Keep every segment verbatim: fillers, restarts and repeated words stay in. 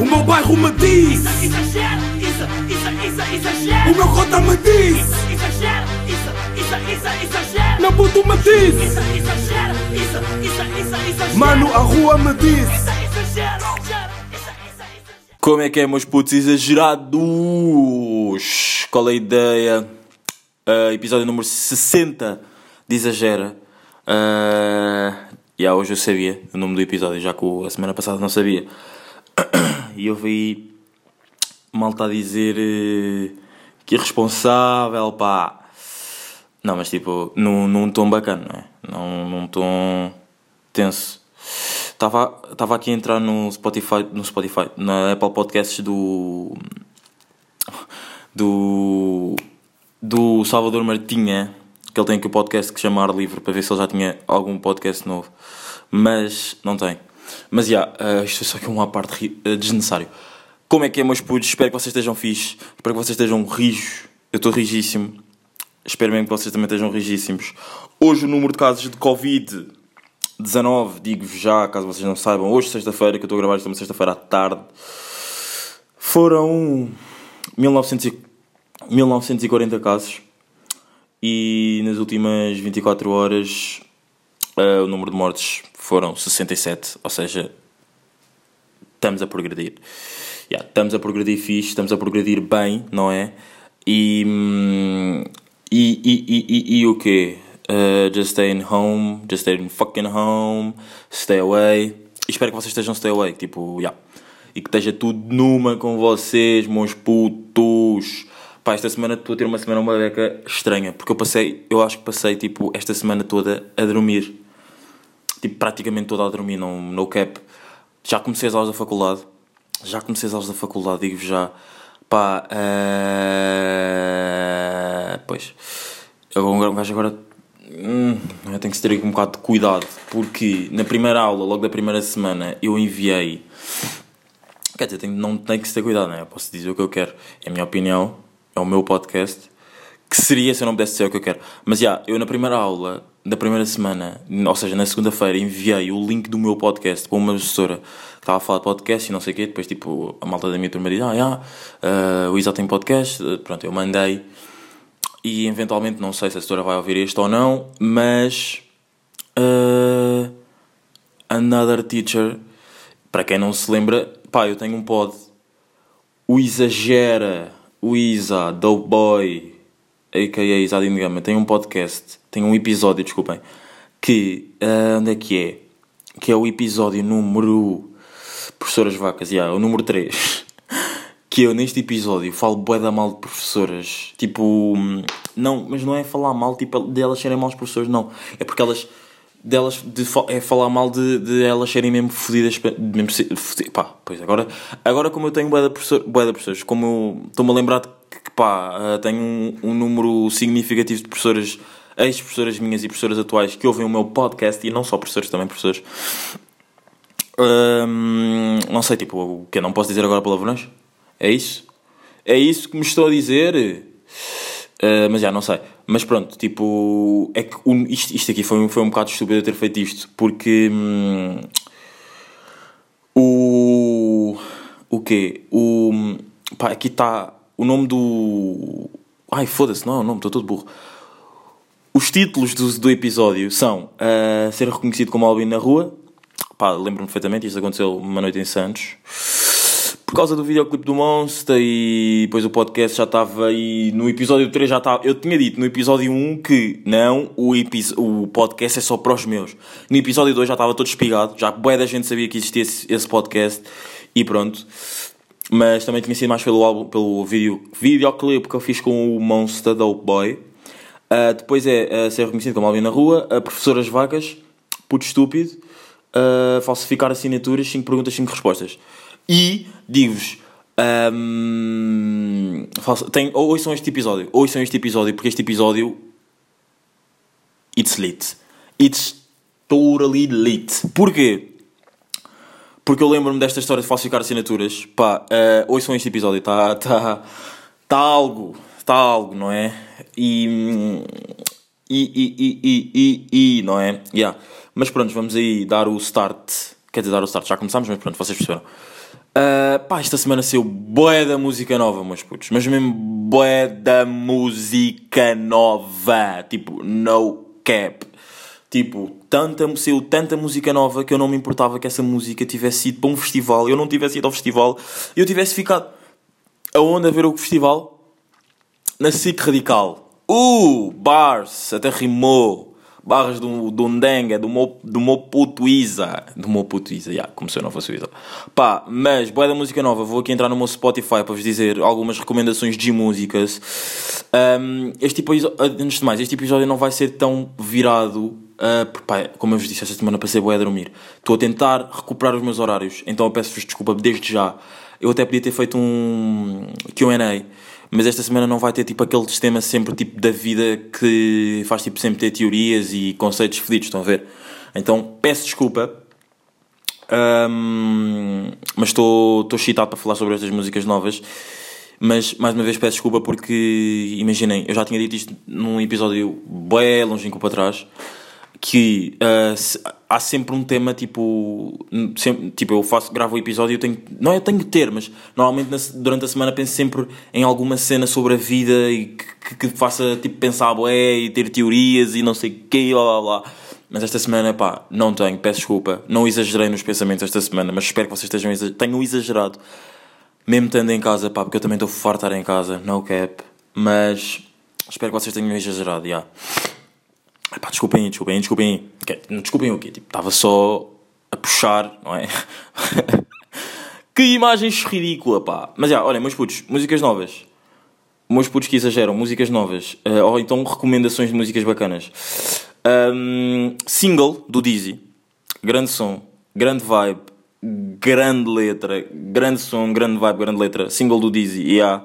meu bairro me diz. Isso, exagero, isso, isso, isso, exagero. O meu cota me diz. Isso, exagero, isso, isso, isso, exagero. Meu puto me diz. Isso, exagero, isso, isso, isso, exagero. Mano, a rua me diz. Isso, exagero, exagero, isso, isso, exagero. Como é que é, meus putos exagerados? Qual é a ideia? Uh, episódio número sessenta de Exagera. Uh, yeah, hoje eu sabia o nome do episódio, já que a semana passada não sabia. E eu vi malta a dizer uh, que irresponsável, pá. Não, mas tipo, num, num tom bacana, não é? Num, num tom tenso. Estava aqui a entrar no Spotify, no Spotify, na Apple Podcasts do do do Salvador Martinha, que ele tem aqui o podcast que se chama Ar Livre, para ver se ele já tinha algum podcast novo, mas não tem. Mas já, yeah, uh, isto é só aqui uma parte uh, desnecessário. Como é que é, meus putos? Espero que vocês estejam fixe, espero que vocês estejam rijos. Eu estou rigíssimo, espero mesmo que vocês também estejam rigíssimos. Hoje o número de casos de Covid dezanove, digo-vos já, caso vocês não saibam, hoje sexta-feira, que eu estou a gravar isto uma sexta-feira à tarde, foram mil novecentos e quarenta casos e nas últimas vinte e quatro horas uh, o número de mortes foram sessenta e sete, ou seja, estamos a progredir. Yeah, estamos a progredir fixe, estamos a progredir bem, não é? E, e, e, e, e, e o quê? Uh, just stay home, just stay fucking home, stay away. E espero que vocês estejam stay away, tipo, yeah. E que esteja tudo numa com vocês, meus putos. Pá, esta semana estou a ter uma semana uma beca estranha, porque eu passei, eu acho que passei, tipo, esta semana toda a dormir. Tipo, praticamente toda a dormir, no, no cap. Já comecei as aulas da faculdade, já comecei as aulas da faculdade, digo já. Pá, uh... pois, um gajo agora... Hum, eu tenho que ter um bocado de cuidado, porque na primeira aula, logo da primeira semana, eu enviei. Quer dizer, tenho, não tenho que ter cuidado, não é? Eu posso dizer o que eu quero, é a minha opinião, é o meu podcast, que seria se eu não pudesse dizer o que eu quero. Mas já, eu na primeira aula da primeira semana, ou seja, na segunda-feira, enviei o link do meu podcast para uma professora que estava a falar de podcast e não sei o quê. Depois, tipo, a malta da minha turma disse: Ah, já, uh, o Isa tem podcast. Pronto, eu mandei. E eventualmente, não sei se a senhora vai ouvir isto ou não, mas uh, Another Teacher, para quem não se lembra, pá, eu tenho um pod, o Exagera, o Isa, Dope Boy, a k a. Isadine Gama, tem um podcast, tem um episódio, desculpem, que, uh, onde é que é? Que é o episódio número, Professoras Vacas, yeah, o número três. Que eu, neste episódio, falo bué da mal de professoras. Tipo, não, mas não é falar mal, tipo, de elas serem maus professores, não. É porque elas, delas, de, é falar mal de, de elas serem mesmo fodidas, mesmo fodidas, pá, pois, agora, agora como eu tenho bué de professor, bué de professores, como eu estou-me a lembrar de que, pá, tenho um, um número significativo de professoras, ex-professoras minhas e professoras atuais, que ouvem o meu podcast, e não só professores, também professores. Hum, não sei, tipo, o que eu não posso dizer agora palavrões? É isso? É isso que me estou a dizer? Uh, mas já, não sei. Mas pronto, tipo... É que um, isto, isto aqui foi, foi um bocado estúpido eu ter feito isto. Porque... Hum, o... O quê? O... Pá, aqui está... O nome do... Ai, foda-se, não é o nome, estou todo burro. Os títulos do, do episódio são... Uh, ser reconhecido como albino na rua. Pá, lembro-me perfeitamente. Isto aconteceu uma noite em Santos. Por causa do videoclipe do Monster, e depois o podcast já estava aí, no episódio três já estava, eu tinha dito no episódio um que não, o, epi- o podcast é só para os meus. No episódio dois já estava todo espigado, já bué da gente sabia que existia esse, esse podcast, e pronto. Mas também tinha sido mais pelo álbum, pelo vídeo, videoclipe que eu fiz com o Monster Dope Boy. Uh, depois é uh, ser reconhecido como alguém na rua, uh, professoras vacas, puto estúpido, uh, falsificar assinaturas, cinco perguntas, cinco respostas. E, digo-vos, um, tem, ouçam este episódio, ouçam este episódio, porque este episódio, it's lit. It's totally lit. Porquê? Porque eu lembro-me desta história de falsificar assinaturas. Pá, uh, ouçam este episódio, está tá, tá algo, está algo, não é? E, e, e, e, e, e, e não é? Yeah. Mas pronto, vamos aí dar o start, quer dizer, dar o start, já começámos, mas pronto, vocês perceberam. Uh, pá, esta semana saiu bué da música nova, meus putos. Mas mesmo bué da música nova. Tipo, no cap. Tipo, tanta, saiu tanta música nova que eu não me importava que essa música tivesse ido para um festival. Eu não tivesse ido ao festival. Eu tivesse ficado aonde a ver o festival? Na S I C Radical. Uh, bars, até rimou. Barras do, do Ndenga, do meu, do meu puto Isa. Do meu puto Isa, já, yeah, como se eu não fosse o Isa. Pá, mas, boa da música nova, vou aqui entrar no meu Spotify para vos dizer algumas recomendações de músicas. Um, este episódio, antes de mais, este episódio não vai ser tão virado, uh, porque, pá, como eu vos disse, esta semana passei boa a dormir. Estou a tentar recuperar os meus horários, então eu peço-vos desculpa desde já. Eu até podia ter feito um Q and A, mas esta semana não vai ter tipo aquele sistema sempre tipo da vida que faz tipo sempre ter teorias e conceitos fedidos, estão a ver? Então peço desculpa, um, mas estou excitado para falar sobre estas músicas novas. Mas mais uma vez peço desculpa porque, imaginem, eu já tinha dito isto num episódio bem longínquo para trás, que uh, se, há sempre um tema tipo, sempre, tipo eu faço, gravo o episódio e eu tenho, não é eu tenho que ter, mas normalmente na, durante a semana penso sempre em alguma cena sobre a vida e que, que faça tipo pensar bué e ter teorias e não sei o quê, blá blá blá. Mas esta semana, pá, não tenho, peço desculpa, não exagerei nos pensamentos esta semana, mas espero que vocês estejam exager- tenham exagerado, mesmo estando em casa, pá, porque eu também estou farto de estar em casa, no cap, mas espero que vocês tenham exagerado, já. Yeah. Pá, desculpem aí, desculpem aí, desculpem aí. Okay, desculpem o quê? Tipo, estava só a puxar, não é? Que imagens ridícula, pá. Mas já, olha, meus putos, músicas novas. Meus putos que exageram, músicas novas. Uh, ou então recomendações de músicas bacanas. Um, single do Dizzy. Grande som, grande vibe, grande letra. Grande som, grande vibe, grande letra. Single do Dizzy, yeah.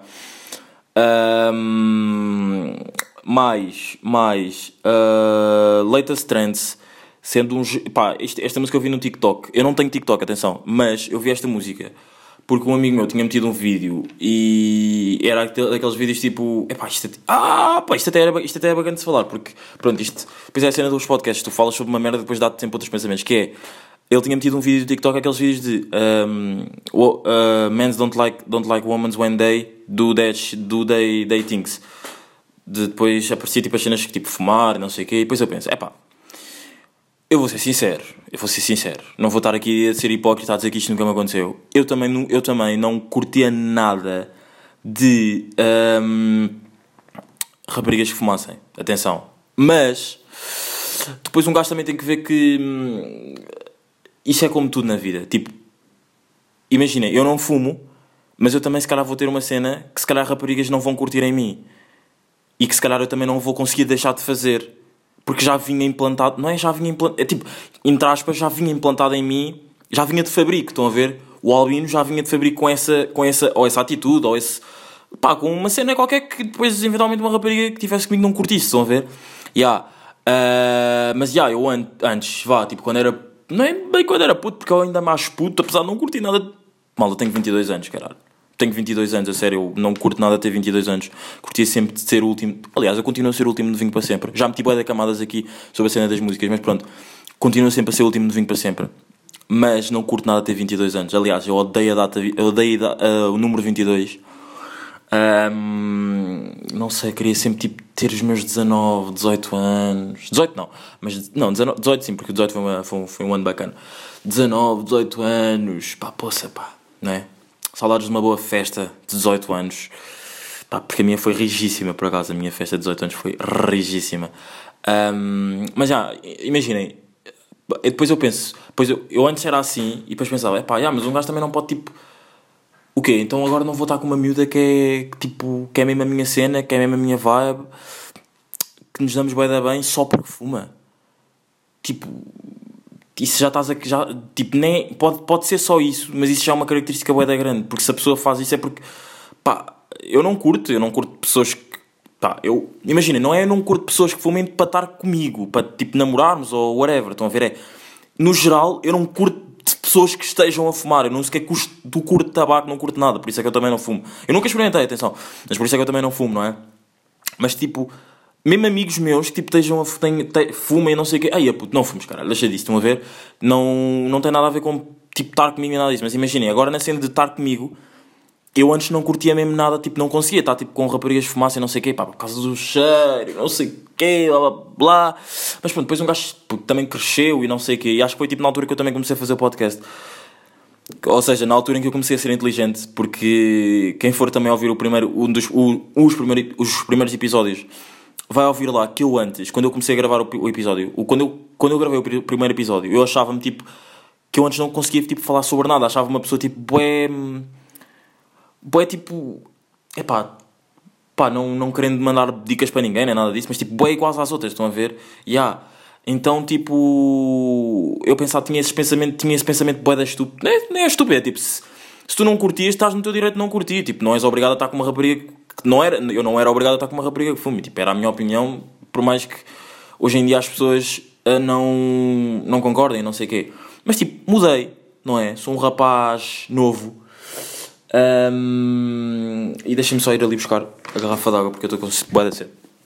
Um, mais, mais uh, Latest Trends, sendo um... Pá, este, esta música eu vi no TikTok. Eu não tenho TikTok, atenção, mas eu vi esta música porque um amigo meu tinha metido um vídeo e era daqueles vídeos tipo... Epá, isto, ah, pá, isto, até era, isto até é bacana de se falar, porque pronto, isto... Depois é a cena dos podcasts, tu falas sobre uma merda depois dá-te sempre outros pensamentos, que é... Ele tinha metido um vídeo do TikTok, aqueles vídeos de um, uh, men's don't like, don't like women when they do, that, do they, they things. De depois aparecia tipo as cenas que tipo fumar e não sei o quê, e depois eu penso, epá, eu vou ser sincero, eu vou ser sincero, não vou estar aqui a ser hipócrita a dizer que isto nunca me aconteceu. Eu também não, eu também não curtia nada de um, raparigas que fumassem, atenção. Mas depois um gajo também tem que ver que hum, isso é como tudo na vida. Tipo, imaginem, eu não fumo, mas eu também se calhar vou ter uma cena que se calhar raparigas não vão curtir em mim. E que se calhar eu também não vou conseguir deixar de fazer. Porque já vinha implantado... Não é já vinha implantado... É tipo, entre aspas, já vinha implantado em mim... Já vinha de fabrico, estão a ver? O albino já vinha de fabrico com essa... Com essa ou essa atitude, ou esse... Pá, com uma cena qualquer que depois eventualmente uma rapariga que tivesse comigo não curtisse, estão a ver? Yeah. Uh, mas, já, yeah, eu an- antes, vá, tipo, quando era... Não é bem quando era puto, porque eu ainda mais puto, apesar de não curtir nada... De... Mal, eu tenho vinte e dois anos, caralho. Tenho vinte e dois anos, a sério, eu não curto nada de ter vinte e dois anos. Curtia sempre de ser o último. Aliás, eu continuo a ser o último de Vinho para Sempre. Já meti bué de camadas aqui sobre a cena das músicas, mas pronto, continuo sempre a ser o último de Vinho para Sempre. Mas não curto nada de ter vinte e dois anos. Aliás, eu odeio a data, eu odeio a, uh, o número vinte e dois. Um, não sei, queria sempre tipo, ter os meus dezanove, dezoito anos. dezoito não, mas não, dezenove, dezoito sim, porque o dezoito foi, uma, foi, um, foi um ano bacana. dezanove, dezoito anos, pá, poça, pá, não é? Saudades de uma boa festa de dezoito anos. Pá, porque a minha foi rigíssima, por acaso. A minha festa de dezoito anos foi rigíssima. Um, mas já, imaginem. Depois eu penso... Depois eu, eu antes era assim e depois pensava... Epá, já, mas um gajo também não pode, tipo... O quê? Então agora não vou estar com uma miúda que é, tipo... Que é mesmo a minha cena, que é mesmo a minha vibe. Que nos damos bem da bem só porque fuma. Tipo... Isso já estás a... Já, tipo, nem, pode, pode ser só isso, mas isso já é uma característica bué da grande. Porque se a pessoa faz isso é porque... Pá, eu não curto. Eu não curto pessoas que... Pá, eu... Imagina, não é eu não curto pessoas que fumem para estar comigo. Para, tipo, namorarmos ou whatever. Estão a ver? É... No geral, eu não curto pessoas que estejam a fumar. Eu não sequer curto, do curto de tabaco, não curto nada. Por isso é que eu também não fumo. Eu nunca experimentei, atenção. Mas por isso é que eu também não fumo, não é? Mas, tipo... Mesmo amigos meus que tipo, estejam a fumem e não sei o quê. Ai, puto, não fumes, caralho, deixa disso, estão a ver? Não, não tem nada a ver com tipo, estar comigo nem nada disso. Mas imaginem, agora na cena de estar comigo, eu antes não curtia mesmo nada, tipo, não conseguia estar tipo, com raparigas de fumaça e não sei o quê, pá, por causa do cheiro, não sei o quê, blá blá blá. Mas pronto, depois um gajo tipo, também cresceu e não sei o quê. E acho que foi tipo na altura que eu também comecei a fazer o podcast. Ou seja, na altura em que eu comecei a ser inteligente, porque quem for também ouvir o primeiro, um dos, o, os, primeiros, os primeiros episódios, vai ouvir lá que eu antes, quando eu comecei a gravar o, o episódio, o, quando, eu, quando eu gravei o pr- primeiro episódio, eu achava-me tipo, que eu antes não conseguia tipo, falar sobre nada, achava uma pessoa tipo, bué, bué tipo, epá, pá, não, não querendo mandar dicas para ninguém, nem nada disso, mas tipo, bué iguais às outras, estão a ver? E yeah. Então, tipo, eu pensava, tinha esse pensamento, tinha esse pensamento bué da estúpido, nem, nem é estúpido, é tipo, se, se tu não curtias, estás no teu direito de não curtir, tipo, não és obrigado a estar com uma rapariga que não era, eu não era obrigado a estar com uma rapariga que fume, tipo, era a minha opinião, por mais que hoje em dia as pessoas uh, não, não concordem, não sei o quê, mas tipo, mudei, não é? Sou um rapaz novo, um, e deixem-me só ir ali buscar a garrafa d'água, porque eu estou com bué de sede.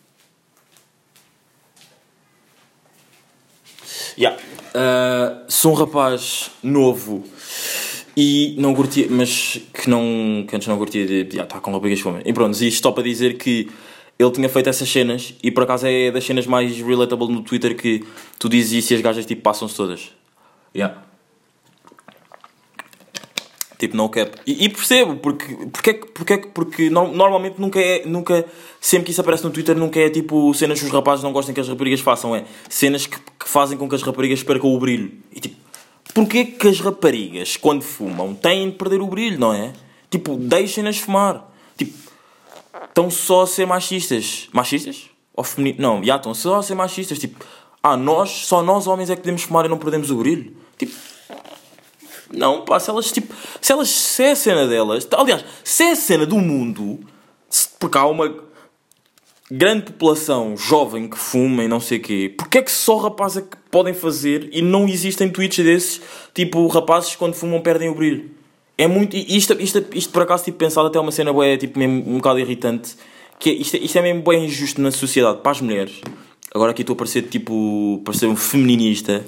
Yeah. Uh, sou um rapaz novo e não curtia, mas que, não, que antes não curtia de estar yeah, com raparigas de fome. E pronto, isto só para dizer que ele tinha feito essas cenas e por acaso é das cenas mais relatable no Twitter que tu dizes isso e as gajas tipo passam-se todas. Yeah. Tipo, no cap. E, e percebo, porque, porque, porque, porque no, normalmente nunca é, nunca, sempre que isso aparece no Twitter, nunca é tipo cenas que os rapazes não gostem que as raparigas façam, é cenas que, que fazem com que as raparigas percam o brilho. E tipo, porquê que as raparigas, quando fumam, têm de perder o brilho, não é? Tipo, deixem-nas fumar. Tipo, estão só a ser machistas. Machistas? Ou femininos? Não, já estão só a ser machistas. Tipo, ah, nós, só nós homens é que podemos fumar e não perdemos o brilho. Tipo, não, pá, se elas, tipo, se elas, se é a cena delas, aliás, se é a cena do mundo, se, porque há uma grande população jovem que fuma e não sei o quê, porque é que só rapazes é que podem fazer e não existem tweets desses, tipo, rapazes quando fumam perdem o brilho? É muito, isto, isto, isto por acaso, tipo, pensado até uma cena bué, tipo, mesmo um bocado irritante, que é, isto, isto é mesmo bem injusto na sociedade, para as mulheres. Agora aqui estou a parecer, tipo, parecer um feminista,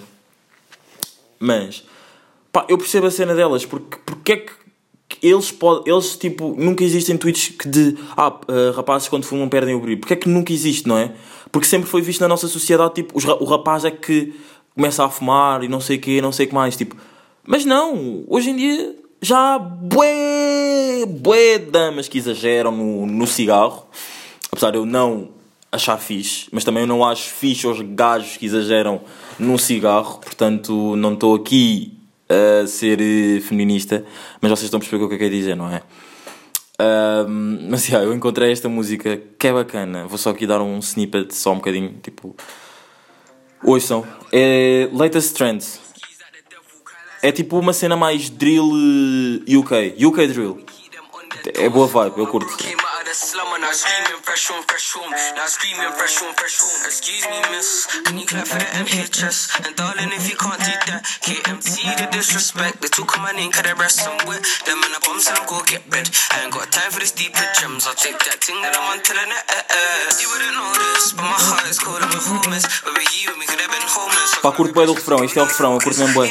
mas... Pá, eu percebo a cena delas, porque, porque é que eles, pode, eles tipo, nunca existem tweets que de ah, uh, rapazes quando fumam perdem o brilho. Porque é que nunca existe, não é? Porque sempre foi visto na nossa sociedade, tipo, os, o rapaz é que começa a fumar e não sei o quê, não sei o que mais, tipo. Mas não, hoje em dia já há bué, bué damas que exageram no, no cigarro. Apesar de eu não achar fixe, mas também eu não acho fixe os gajos que exageram no cigarro. Portanto, não estou aqui a ser uh, feminista, mas vocês estão a perceber o que eu quero dizer, não é? Um, mas yeah, eu encontrei esta música que é bacana. Vou só aqui dar um snippet, só um bocadinho, tipo, ouçam. É Latest Trends. É tipo uma cena mais drill uh, U K, U K drill. É boa vibe, eu curto. Slum and I was screaming fresh room, fresh room. Now I'm screaming fresh room, fresh room. Excuse me, miss. Can you clap for the M H S? And darling, if you can't do that, K M T the disrespect. They took my name, cause they rest somewhere. Them and the bombs and I'm go get bread. I ain't got time for this deep gems. I'll take that thing that I'm on till the net. You wouldn't know this, but my heart is cold and my home is. But with you, we could have been homeless. Pá, curto bem do refrão, isto é o refrão, eu curto mesmo bem.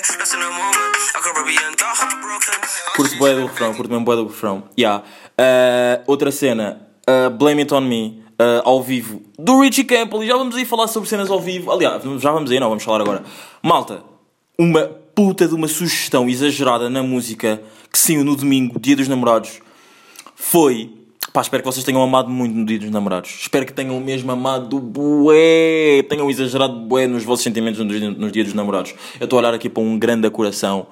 Curto bem do refrão, curto mesmo bem do refrão. Yeah. Uh, outra cena, uh, Blame It On Me, uh, ao vivo, do Richie Campbell. E já vamos aí falar sobre cenas ao vivo. Aliás, já vamos aí, não, vamos falar agora. Malta, uma puta de uma sugestão exagerada na música que saiu no domingo, Dia dos Namorados, foi... Pá, espero que vocês tenham amado muito no Dia dos Namorados. Espero que tenham mesmo amado bué, tenham exagerado bué nos vossos sentimentos nos, nos Dias dos Namorados. Eu estou a olhar aqui para um grande coração.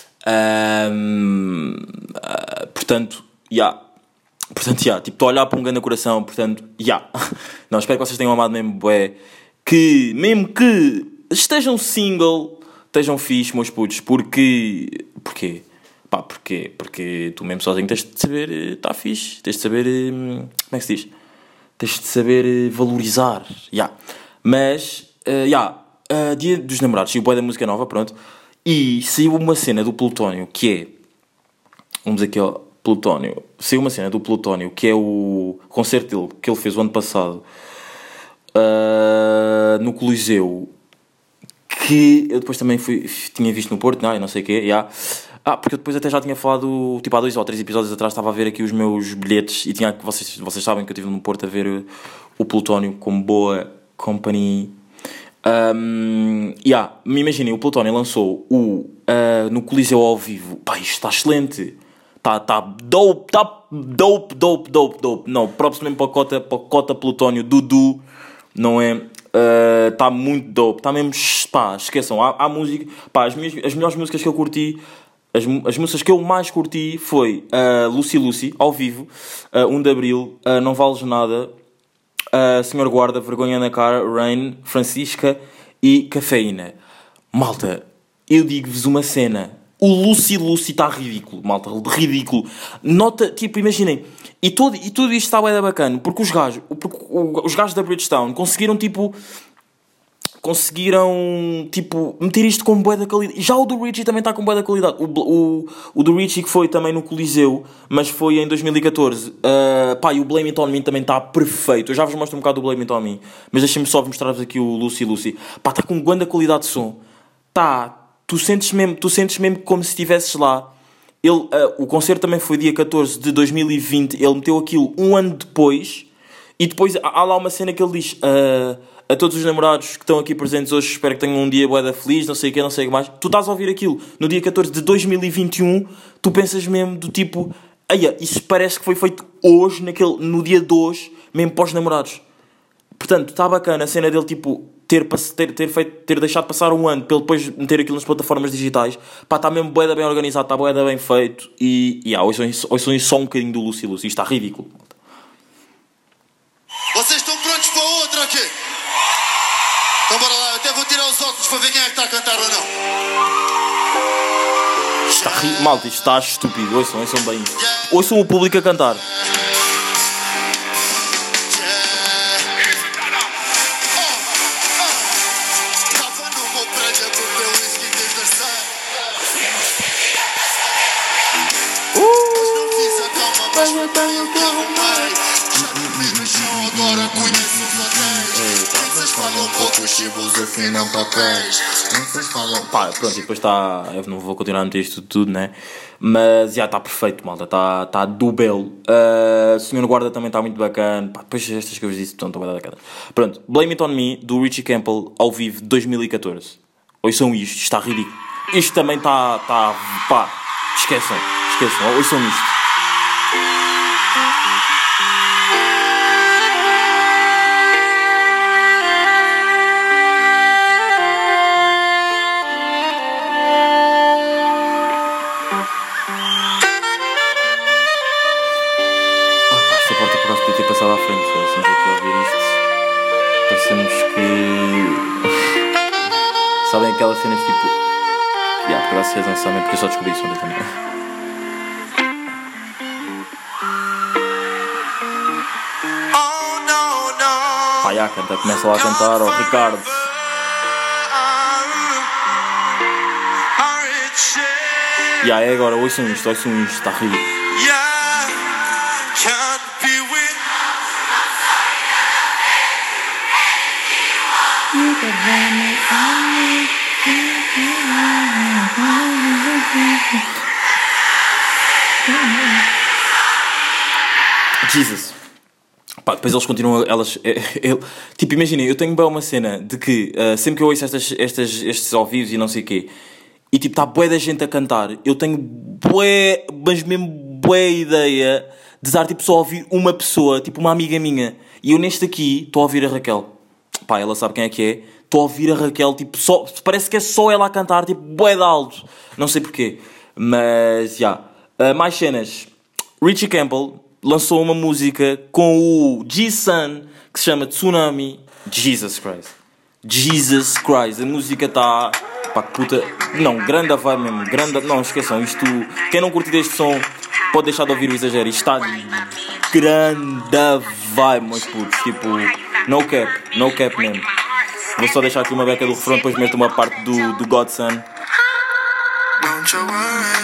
Um, uh, portanto, já... Yeah. Portanto, já, yeah, tipo, estou a olhar para um grande coração, portanto, já. Yeah. Não, espero que vocês tenham amado mesmo bué. Que, mesmo que estejam single, estejam fixe, meus putos. Porque, porquê? Pá, porquê? Porque tu mesmo sozinho tens de saber, está fixe. Tens de saber, como é que se diz? Tens de saber valorizar, já. Yeah. Mas, já, uh, yeah, uh, Dia dos Namorados, saiu bué da música nova, pronto. E saiu uma cena do Plutónio, que é, vamos aqui, ó. Plutónio, saiu uma cena do Plutónio, que é o concerto dele, que ele fez o ano passado uh, no Coliseu, que eu depois também fui, tinha visto no Porto, não, eu não sei o quê, yeah. Ah, porque eu depois até já tinha falado, tipo há dois ou três episódios atrás estava a ver aqui os meus bilhetes e tinha, vocês, vocês sabem que eu estive no Porto a ver o Plutónio com boa companhia. Um, yeah, me imaginem, o Plutónio lançou o uh, no Coliseu ao vivo. Pá, isto está excelente. Está tá dope, está dope, dope, dope, dope. Não, próprio mesmo para a cota, para a cota Plutónio, Dudu, não é? Está uh, muito dope, está mesmo, pá, esqueçam, há, há música, pá, as, minhas, as melhores músicas que eu curti, as, as músicas que eu mais curti foi uh, Lucy Lucy, ao vivo, uh, um de Abril, uh, Não Vales Nada, uh, Senhor Guarda, Vergonha na Cara, Rain, Francisca e Cafeína. Malta, eu digo-vos uma cena, o Lucy Lucy está ridículo, malta, ridículo. Nota, tipo, imaginem, e, todo, e tudo isto está bem bacana, porque os gajos, porque os gajos da Bridgestone conseguiram, tipo, conseguiram, tipo, meter isto com bué da qualidade. Já o do Richie também está com bué da qualidade. O, o, o do Richie que foi também no Coliseu, mas foi em dois mil e catorze. Uh, pá, e o Blame It On Me também está perfeito. Eu já vos mostro um bocado do Blame It On Me, mas deixem-me só mostrar-vos aqui o Lucy Lucy. Pá, está com bué da qualidade de som. Está... Tu sentes mesmo, tu sentes mesmo como se estivesses lá. Ele, uh, o concerto também foi dia catorze de dois mil e vinte. Ele meteu aquilo um ano depois. E depois há, há lá uma cena que ele diz... Uh, a todos os namorados que estão aqui presentes hoje, espero que tenham um dia bué da feliz, não sei o que, não sei o que mais. Tu estás a ouvir aquilo no dia catorze de dois mil e vinte e um. Tu pensas mesmo do tipo... Eia, isso parece que foi feito hoje, naquele, no dia de hoje, mesmo para os namorados. Portanto, está bacana a cena dele, tipo... Ter, ter, ter, feito, ter deixado passar um ano para ele depois meter aquilo nas plataformas digitais. Pá, está mesmo bué da bem organizado, está bué da bem feito. E, e ah, ouçam, ouçam só um bocadinho do Lucy Lucy. Isto está ridículo. Vocês estão prontos para outra aqui? Então bora lá, eu até vou tirar os óculos para ver quem é que está a cantar ou não. Isto está ri... Malta, isto está estúpido. Ouçam, ouçam bem. Ouçam o público a cantar. Agora conheço os hotéis. Vocês falam um pouco, os chibos afinam papéis. Vocês falam. Pá, pronto, e depois está. Eu não vou continuar a meter isto tudo, né? Mas já está perfeito, malta. Está tá do belo. Uh, Senhor Guarda também está muito bacana. Pá, depois estas que eu vos disse, estão bem bacana. Pronto, Blame It On Me, do Richie Campbell, ao vivo, de dois mil e catorze. Ouçam isto, isto está ridículo. Isto também está. Tá, pá, esqueçam, esqueçam, ouçam isto. Passado à frente, estamos aqui a ouvir isto. Parecemos que. Sabem aquelas cenas tipo. Yeah, por graças a Deus não sabem, porque eu só descobri isso ontem também. Pá, já canta, começa lá a cantar, ó, Ricardo. E yeah, é agora, ouçam isto, ouçam isto, está ridículo. Jesus. Pá, depois eles continuam, elas, é, é, tipo, imaginem, eu tenho bem uma cena de que uh, sempre que eu ouço estas, estas, estes ao vivo e não sei o quê, e tipo, está bué da gente a cantar, eu tenho bué, mas mesmo bué ideia de estar tipo só a ouvir uma pessoa, tipo uma amiga minha, e eu neste aqui estou a ouvir a Raquel. Pá, ela sabe quem é que é. Estou a ouvir a Raquel, tipo, só, parece que é só ela a cantar, tipo, bué de alto. Não sei porquê. Mas, já. Yeah. Uh, mais cenas. Richie Campbell lançou uma música com o G-Sun, que se chama Tsunami. Jesus Christ. Jesus Christ. A música está... Pá, puta... Não, grande vibe mesmo. Grande... Não, esqueçam. Isto... Quem não curte deste som, pode deixar de ouvir o exagero. Isto está... Grande vibe, meus putos. Tipo... No cap. No cap mesmo. Vou só deixar aqui uma beca do refrão, depois meto uma parte do, do Godson. Don't you worry.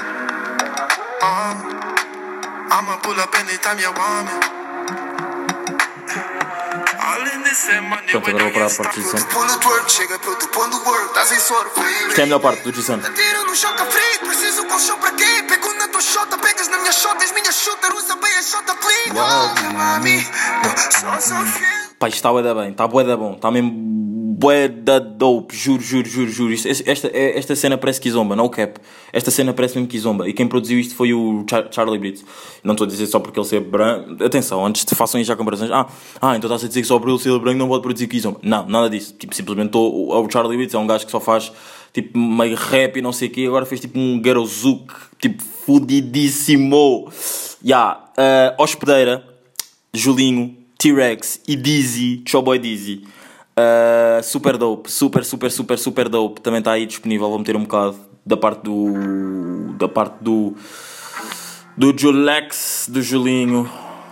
Oh, I'ma pull up anytime you want me. All in this Pronto, agora vou parar a parte do G-Sun. Chega para tu pondo work, estás em soro. Isto é a melhor parte do G-Sun. Tira no chão, tá frio, preciso colchão para quê? Pego na tua shota, pegas na minha shota, és minha shooter, usa bem a shota, please. Oh, mami, só sou fiel. Pá, isto está bué da bem, está bué da bom, está mesmo bué da dope, juro, juro, juro, juro. Isto, esta, esta cena parece Kizomba, no cap. Esta cena parece mesmo Kizomba. E quem produziu isto foi o Char- Charlie Brits. Não estou a dizer só porque ele ser branco. Atenção, antes de façam já comparações. Ah, ah, então estás a dizer que só por ele ser branco não pode produzir Kizomba. Não, nada disso. Tipo, simplesmente tô, o Charlie Brits é um gajo que só faz tipo meio rap e não sei o quê. Agora fez tipo um Ghetto Zouk, tipo fudidíssimo. Ya, yeah, uh, Hospedeira, Julinho, T-Rex e Dizzy, Showboy Dizzy. Uh, super dope, super, super, super, super dope. Também está aí disponível. Vou meter um bocado da parte do. Da parte do. Do Julex, do Julinho.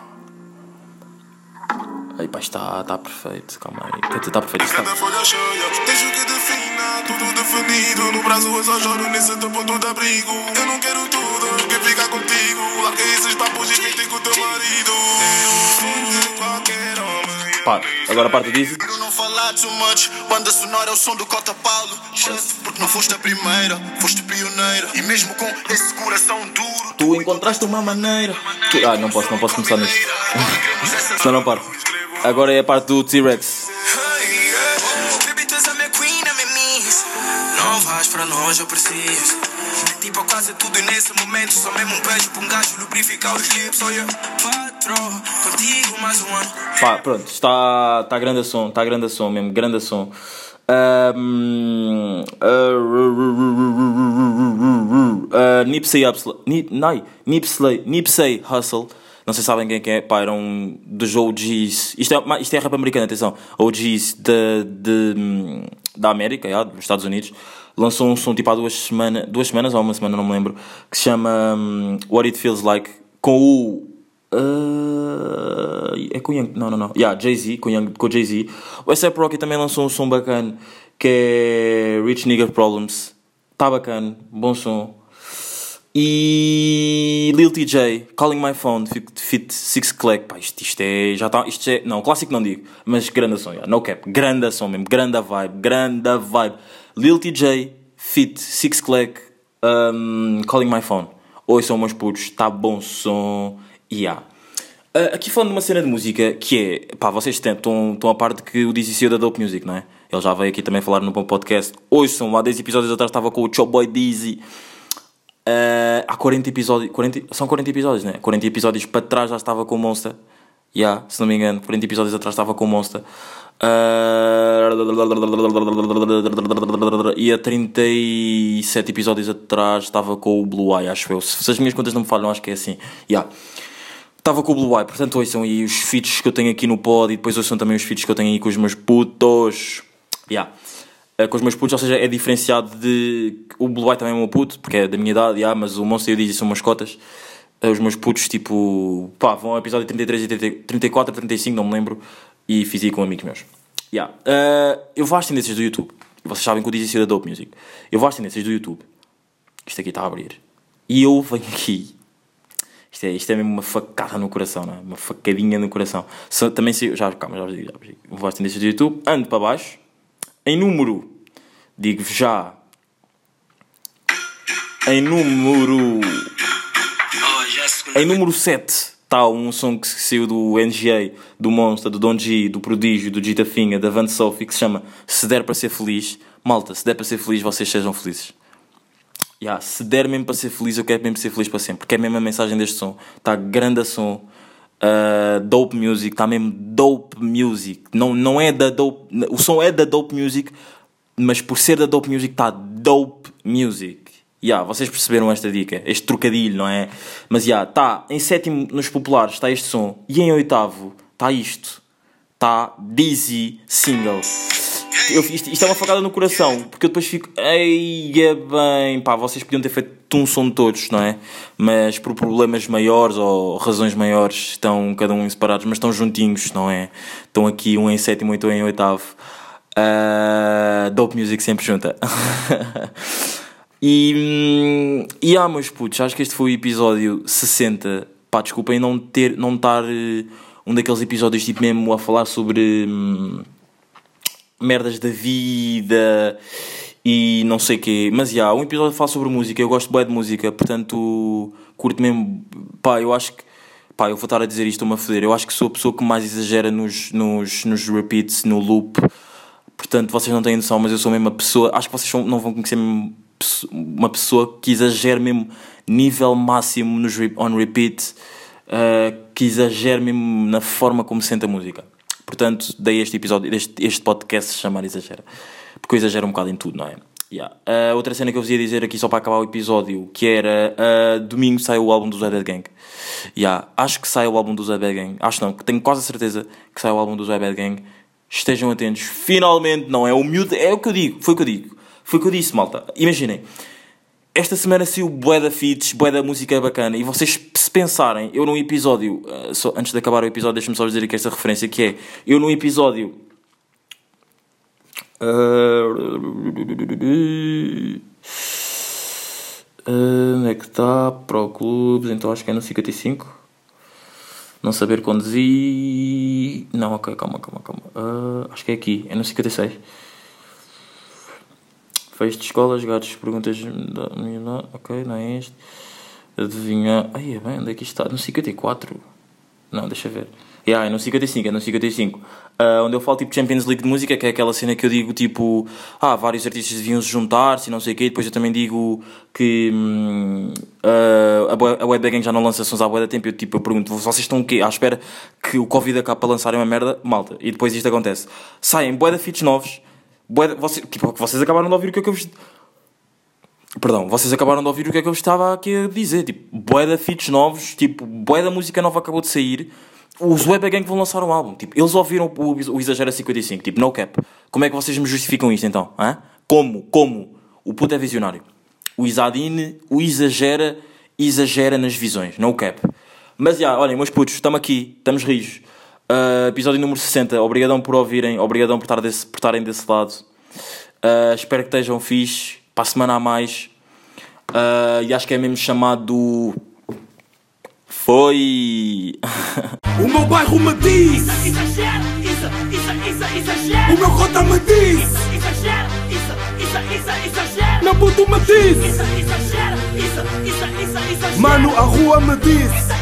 Aí pá, está, está perfeito. Calma aí. Quer dizer, está perfeito. Está. Cada folha cheia, tens o que defina, tudo definido. No braço eu só choro nesse teu ponto de abrigo. Eu não quero tudo, quero ficar contigo. Larga esses papos e vem ter com o teu marido. Sonho de qualquer homem. Pá, agora a parte do Dizzy. Não falar too much, banda sonora é o som do Cota Paulo. Chefe, porque não foste a primeira, foste pioneira. E mesmo com esse coração duro, Tu encontraste uma maneira. Tu... Ah, não posso, não posso começar nisto. Senão não paro. Agora é a parte do T-Rex. Baby, tu és a minha queen, a minha miss. Não vais para nós, eu preciso. Tipo, quase tudo nesse momento. Só mesmo um beijo para um gajo lubrificar os lips. Olha, patrão, contigo mais um ano. Pá, pronto, está, está grande a som, está grande a som mesmo, grande a som. Um, uh, Nipsey Hussle, Nip, Nipsey, Nipsey Hussle, não sei se sabem quem é que é, pá, era um dos O Gs, isto é, isto é rap americano, atenção, O Gs de, de, da América, yeah, dos Estados Unidos. Lançou um som tipo há duas semanas, duas semanas ou uma semana, não me lembro, que se chama um, What It Feels Like, com o Uh, é com o Young, não, não, não, yeah, Jay-Z, com o, Young, com o Jay-Z. O A$AP Rocky também lançou um som bacana que é Rich Nigga Problems, tá bacana, bom som. E Lil T J, Calling My Phone, Fit Six Clack, pá, isto, isto é, já tá, isto é, não, clássico não digo, mas grande som, yeah, no cap, grande som mesmo, grande vibe, grande vibe. Lil T J, Fit Six Clack, um, Calling My Phone, oi, são meus putos, tá bom som. Yeah. Uh, aqui falando de uma cena de música que é, pá, vocês estão, estão a par de que o Dizzy saiu da Dope Music, não é? Ele já veio aqui também falar no bom podcast. Hoje são lá dez episódios atrás, estava com o Showboy Dizzy. Uh, há quarenta episódios, quarenta, são quarenta episódios, não é? quarenta episódios para trás já estava com o Monster. Yeah, se não me engano, quarenta episódios atrás estava com o Monster. Uh, e a trinta e sete episódios atrás estava com o Blue Eye, acho eu. Se as minhas contas não me falham, acho que é assim. Yeah. Estava com o Blue Eye, portanto ouçam aí os feats que eu tenho aqui no pod e depois ouçam também os feats que eu tenho aí com os meus putos. Yeah. Uh, com os meus putos, ou seja, é diferenciado de... O Blue Eye também é o meu puto, porque é da minha idade, yeah, mas o Monster e o Dizzy são umas cotas. Uh, os meus putos, tipo... Pá, vão ao episódio trinta e três e trinta e quatro, trinta e cinco, não me lembro. E fiz aí com amigos meus. Yeah. Uh, eu vou às tendências do YouTube. Vocês sabem que o Dizzy saiu da Dope Music. Eu vou às tendências do YouTube. Isto aqui está a abrir. E eu venho aqui... Isto é, isto é mesmo uma facada no coração, não é? Uma facadinha no coração. So, também se já, calma, já vos digo, já vos digo. Vou às tendências do YouTube, ando para baixo. Em número, digo-vos já. Em número. Em número sete está um som que saiu do N G A, do Monster, do Don G, do Prodígio, do Gita Finha, da Van Sophie, que se chama Se Der Para Ser Feliz. Malta, se der para ser feliz, vocês sejam felizes. Yeah, se der mesmo para ser feliz, eu quero mesmo ser feliz para sempre. Porque é mesmo a mensagem deste som. Está grande a som. Uh, dope music. Está mesmo dope music. Não, não é da dope... O som é da dope music. Mas por ser da dope music está dope music. Yeah, vocês perceberam esta dica. Este trocadilho, não é? Mas já, yeah, está em sétimo nos populares. Está este som. E em oitavo está isto. Está Dizzy Single. Eu, isto, isto é uma facada no coração, porque eu depois fico, ei, é bem, pá, vocês podiam ter feito um som de todos, não é? Mas por problemas maiores ou razões maiores estão cada um separados, mas estão juntinhos, não é? Estão aqui um em sétimo, outro em oitavo. Uh, Dope Music sempre junta. e, e ah, meus putos, acho que este foi o episódio sessenta. Pá, desculpem não ter, não estar um daqueles episódios tipo mesmo a falar sobre hum, merdas da vida e não sei o quê. Mas já, yeah, um episódio a falar sobre música. Eu gosto bem de música, portanto curto mesmo. Pá, eu acho que pá, eu vou estar a dizer isto uma foder. Eu acho que sou a pessoa que mais exagera nos, nos, nos repeats, no loop. Portanto, vocês não têm noção, mas eu sou mesmo a pessoa. Acho que vocês são, não vão conhecer mesmo uma pessoa que exagera mesmo nível máximo nos on repeat, uh, que exagera mesmo na forma como sente a música. Portanto, daí este episódio, este, este podcast se chamar Exagera, porque eu exagero um bocado em tudo, não é? Yeah. Uh, outra cena que eu vos ia dizer aqui só para acabar o episódio, que era uh, domingo sai o álbum do Zé Bad Gang. Yeah. Acho que sai o álbum do Zé Bad Gang. Acho não, tenho quase a certeza que sai o álbum do Zé Bad Gang. Estejam atentos, finalmente, não é o miúdo, é o que eu digo, foi o que eu digo. Foi o que eu disse, malta. Imaginem, esta semana saiu bué da feats, bué da música bacana, e vocês se pensarem, eu num episódio, uh, só, antes de acabar o episódio, deixa-me só dizer aqui esta referência, que é, eu num episódio... Uh, uh, onde é que está? Pro Clubes, então acho que é no cinquenta e cinco. Não saber conduzir... Não, ok, calma, calma, calma. Uh, acho que é aqui, é no cinquenta e seis. Fecho de escola, jogados, perguntas... Ok, não é este. Adivinha... Ai, é bem, onde é que isto está? No cinquenta e quatro? Não, deixa ver. Yeah, é no cinquenta e cinco, é no cinquenta e cinco. Uh, onde eu falo tipo Champions League de música, que é aquela cena que eu digo tipo... Ah, vários artistas deviam se juntar-se e não sei o quê. Depois eu também digo que... Hum, uh, a Web Gang já não lança sons há bué da tempo. Eu, tipo, eu pergunto, vocês estão o quê? À espera que o Covid acabe para lançarem uma merda? Malta. E depois isto acontece. Saem bué da feats novos. Bué da, vocês, tipo, vocês acabaram de ouvir o que é que eu vos... Perdão, vocês acabaram de ouvir o que é que eu vos estava aqui a dizer. Tipo, bué da feats novos. Tipo, bué da música nova acabou de sair. Os Web Gang vão lançar um álbum. Tipo, eles ouviram o, o Exagera cinquenta e cinco. Tipo, no cap. Como é que vocês me justificam isto então? Hã? Como? Como? O puto é visionário. O Isadine, o Exagera, exagera nas visões. No cap. Mas já, olhem, meus putos, estamos aqui. Estamos rijos. Uh, episódio número sessenta. Obrigadão por ouvirem. Obrigadão por, estar desse, por estarem desse lado. Uh, espero que estejam fixe. Para a semana a mais. Uh, e acho que é mesmo chamado... Foi... O meu bairro me diz, Exagera, isa, isa, isa, exagera. o meu cota me diz, Exagera, isa, isa, isa, exagera. meu puto me diz, Isa, exagera, isa, isa, isa, exagera. mano, a rua me diz.